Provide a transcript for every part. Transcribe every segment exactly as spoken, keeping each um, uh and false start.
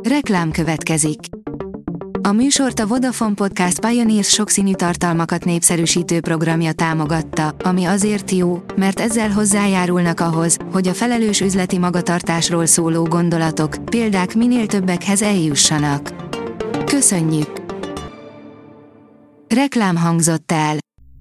Reklám következik. A műsort a Vodafone Podcast Pioneers sokszínű tartalmakat népszerűsítő programja támogatta, ami azért jó, mert ezzel hozzájárulnak ahhoz, hogy a felelős üzleti magatartásról szóló gondolatok, példák minél többekhez eljussanak. Köszönjük! Reklám hangzott el.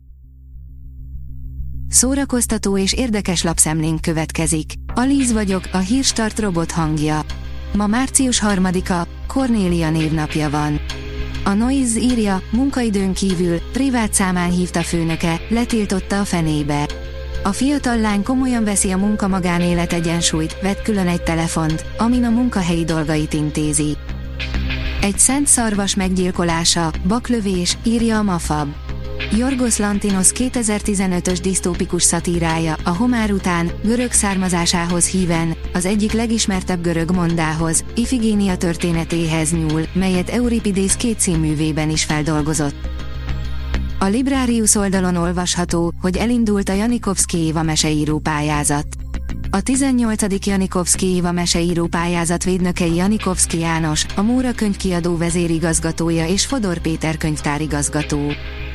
Szórakoztató és érdekes lapszemlénk következik. Alíz vagyok, a Hírstart robot hangja. Ma március harmadika, Kornélia névnapja van. A Noise írja, munkaidőn kívül, privát számán hívta főnöke, letiltotta a fenébe. A fiatal lány komolyan veszi a munka-magánélet egyensúlyt, vett külön egy telefont, amin a munkahelyi dolgait intézi. Egy szent szarvas meggyilkolása, baklövés, írja a Mafab. Yorgos Lanthimos kétezer-tizenötös disztópikus szatírája, a Homár után, görög származásához híven, az egyik legismertebb görög mondához, Ifigénia történetéhez nyúl, melyet Euripidész két címművében is feldolgozott. A Librarius oldalon olvasható, hogy elindult a Janikovszky Éva meseíró pályázat. A tizennyolcadik Janikovszky Éva meseíró pályázat védnökei Janikovszky János, a Móra könyvkiadó vezérigazgatója és Fodor Péter könyvtárigazgató.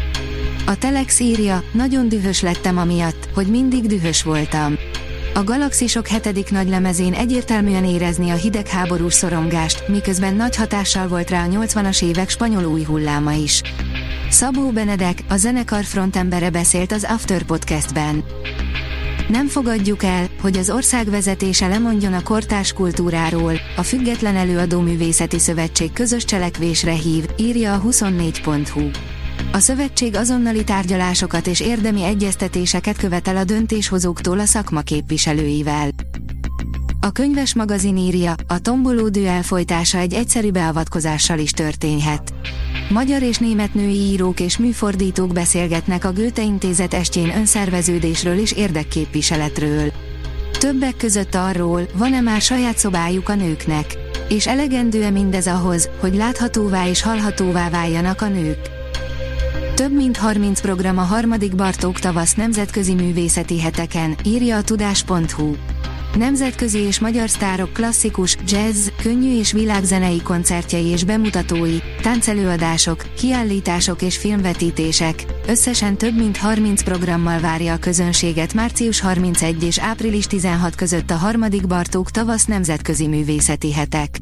A Telex írja, nagyon dühös lettem amiatt, hogy mindig dühös voltam. A Galaxisok hetedik nagylemezén egyértelműen érezni a hidegháborús szorongást, miközben nagy hatással volt rá a nyolcvanas évek spanyol új hulláma is. Szabó Benedek, a zenekar frontembere beszélt az After Podcastben. Nem fogadjuk el, hogy az ország vezetése lemondjon a kortárs kultúráról, a Független Előadó Művészeti Szövetség közös cselekvésre hív, írja a huszonnégy pont hu. A szövetség azonnali tárgyalásokat és érdemi egyeztetéseket követel a döntéshozóktól a szakma képviselőivel. A Könyves magazin írja, a tomboló düel folytása egy egyszerű beavatkozással is történhet. Magyar és német női írók és műfordítók beszélgetnek a Goethe Intézet estjén önszerveződésről és érdekképviseletről. Többek között arról, van-e már saját szobájuk a nőknek, és elegendő-e mindez ahhoz, hogy láthatóvá és hallhatóvá váljanak a nők. Több mint harminc program a harmadik Bartók tavasz nemzetközi művészeti heteken, írja a tudás pont hu. Nemzetközi és magyar sztárok klasszikus, jazz, könnyű és világzenei koncertjei és bemutatói, táncelőadások, kiállítások és filmvetítések, összesen több mint harminc programmal várja a közönséget március harmincegyedike és április tizenhatodika között a harmadik Bartók tavasz nemzetközi művészeti hetek.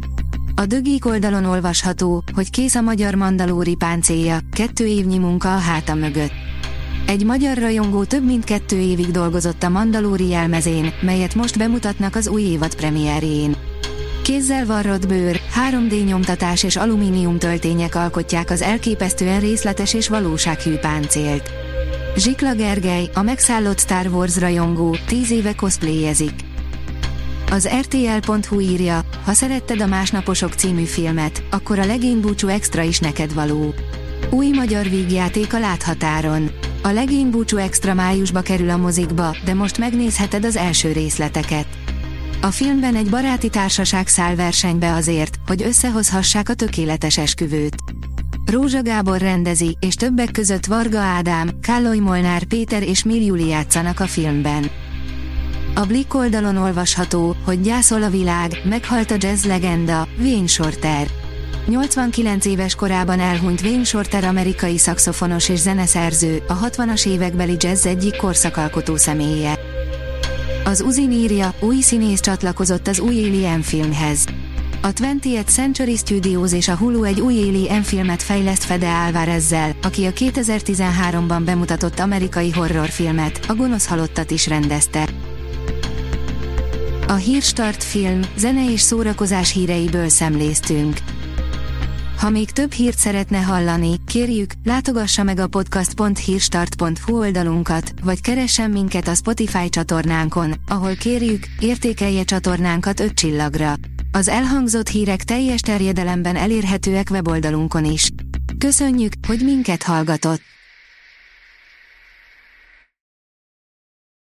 A The Geek oldalon olvasható, hogy kész a magyar Mandalóri páncélja, kettő évnyi munka a háta mögött. Egy magyar rajongó több mint kettő évig dolgozott a Mandalóri jelmezén, melyet most bemutatnak az új évad premierjén. Kézzel varrott bőr, három dé nyomtatás és alumínium töltények alkotják az elképesztően részletes és valósághű páncélt. Zsikla Gergely, a megszállott Star Wars rajongó, tíz éve cosplayezik. Az er té el pont hu írja, ha szeretted a Másnaposok című filmet, akkor a Legénybúcsú Extra is neked való. Új magyar vígjáték a láthatáron. A Legénybúcsú Extra májusba kerül a mozikba, de most megnézheted az első részleteket. A filmben egy baráti társaság száll versenybe azért, hogy összehozhassák a tökéletes esküvőt. Rózsa Gábor rendezi, és többek között Varga Ádám, Káloly Molnár Péter és Mill Juli játszanak a filmben. A Blick oldalon olvasható, hogy gyászol a világ, meghalt a jazz legenda, Wayne Shorter. nyolcvankilenc éves korában elhunyt Wayne Shorter amerikai szaxofonos és zeneszerző, a hatvanas évekbeli jazz egyik korszakalkotó személye. Az Uzin írja, új színész csatlakozott az új Alien filmhez. A twentieth Century Studios és a Hulu egy új Alien filmet fejleszt Fede Alvarezzel, aki a kétezer-tizenháromban bemutatott amerikai horrorfilmet, a Gonosz halottat is rendezte. A Hírstart film, zene és szórakozás híreiből szemléztünk. Ha még több hírt szeretne hallani, kérjük, látogassa meg a podcast pont hírstart pont hu oldalunkat, vagy keressen minket a Spotify csatornánkon, ahol kérjük, értékelje csatornánkat öt csillagra. Az elhangzott hírek teljes terjedelemben elérhetőek weboldalunkon is. Köszönjük, hogy minket hallgatott!